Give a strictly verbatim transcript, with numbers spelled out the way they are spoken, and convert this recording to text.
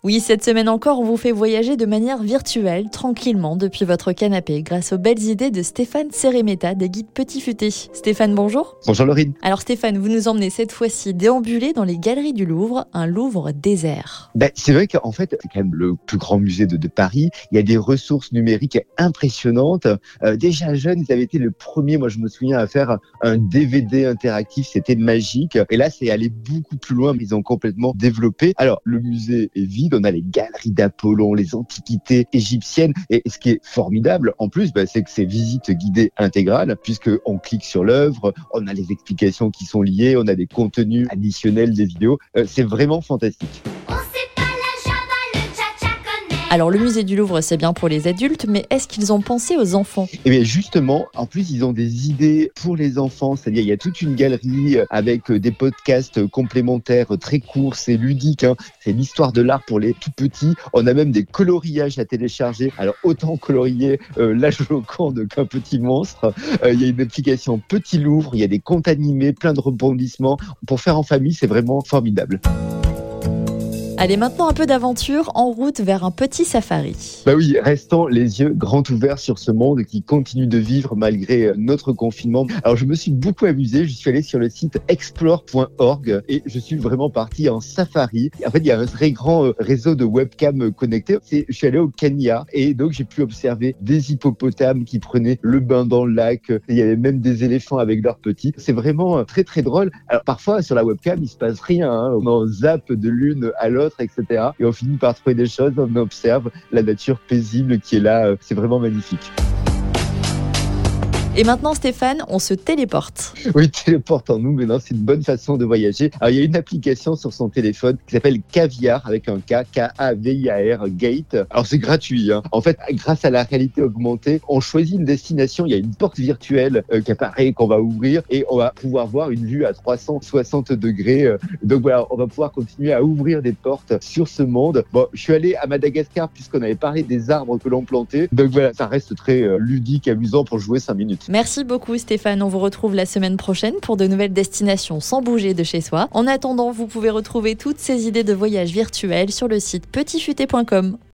Oui, cette semaine encore, on vous fait voyager de manière virtuelle, tranquillement, depuis votre canapé, grâce aux belles idées de Stéphane Seremeta, des guides Petit Futé. Stéphane, bonjour. Bonjour Laurine. Alors Stéphane, vous nous emmenez cette fois-ci déambuler dans les galeries du Louvre, un Louvre désert. Ben, c'est vrai qu'en fait, c'est quand même le plus grand musée de, de Paris. Il y a des ressources numériques impressionnantes. Euh, déjà jeunes, ils avaient été le premier, moi je me souviens, à faire un D V D interactif. C'était magique. Et là, c'est allé beaucoup plus loin. Ils ont complètement développé. Alors, le musée est vide. On a les galeries d'Apollon, les antiquités égyptiennes. Et ce qui est formidable, en plus, ben, c'est que c'est visite guidée intégrale, puisqu'on clique sur l'œuvre, on a les explications qui sont liées, on a des contenus additionnels, des vidéos. Euh, c'est vraiment fantastique. Alors le musée du Louvre, c'est bien pour les adultes, mais est-ce qu'ils ont pensé aux enfants ? Eh bien justement, en plus ils ont des idées pour les enfants, c'est-à-dire il y a toute une galerie avec des podcasts complémentaires très courts, c'est ludique, hein. C'est l'histoire de l'art pour les tout petits. On a même des coloriages à télécharger, alors autant colorier euh, la Joconde qu'un petit monstre. Euh, il y a une application Petit Louvre, il y a des contes animés, plein de rebondissements. Pour faire en famille, c'est vraiment formidable. Allez, maintenant un peu d'aventure en route vers un petit safari. Bah oui, restons les yeux grands ouverts sur ce monde qui continue de vivre malgré notre confinement. Alors je me suis beaucoup amusé, je suis allé sur le site explore point org et je suis vraiment parti en safari. En fait, il y a un très grand réseau de webcams connectés. C'est, je suis allé au Kenya et donc j'ai pu observer des hippopotames qui prenaient le bain dans le lac. Il y avait même des éléphants avec leurs petits. C'est vraiment très très drôle. Alors parfois sur la webcam, il se passe rien, hein. On zappe de l'une à l'autre, et cetera. Et on finit par trouver des choses, on observe la nature paisible qui est là. C'est vraiment magnifique. Et maintenant Stéphane, on se téléporte. Oui, téléportons-nous, mais non, c'est une bonne façon de voyager. Alors, il y a une application sur son téléphone qui s'appelle Caviar, avec un K, K A V I A R, Gate. Alors, c'est gratuit, hein. En fait, grâce à la réalité augmentée, on choisit une destination, il y a une porte virtuelle euh, qui apparaît, qu'on va ouvrir, et on va pouvoir voir une vue à trois cent soixante degrés. Euh, donc voilà, on va pouvoir continuer à ouvrir des portes sur ce monde. Bon, je suis allé à Madagascar, puisqu'on avait parlé des arbres que l'on plantait. Donc voilà, ça reste très euh, ludique, amusant pour jouer cinq minutes. Merci beaucoup Stéphane, on vous retrouve la semaine prochaine pour de nouvelles destinations sans bouger de chez soi. En attendant, vous pouvez retrouver toutes ces idées de voyage virtuels sur le site petit futé point com.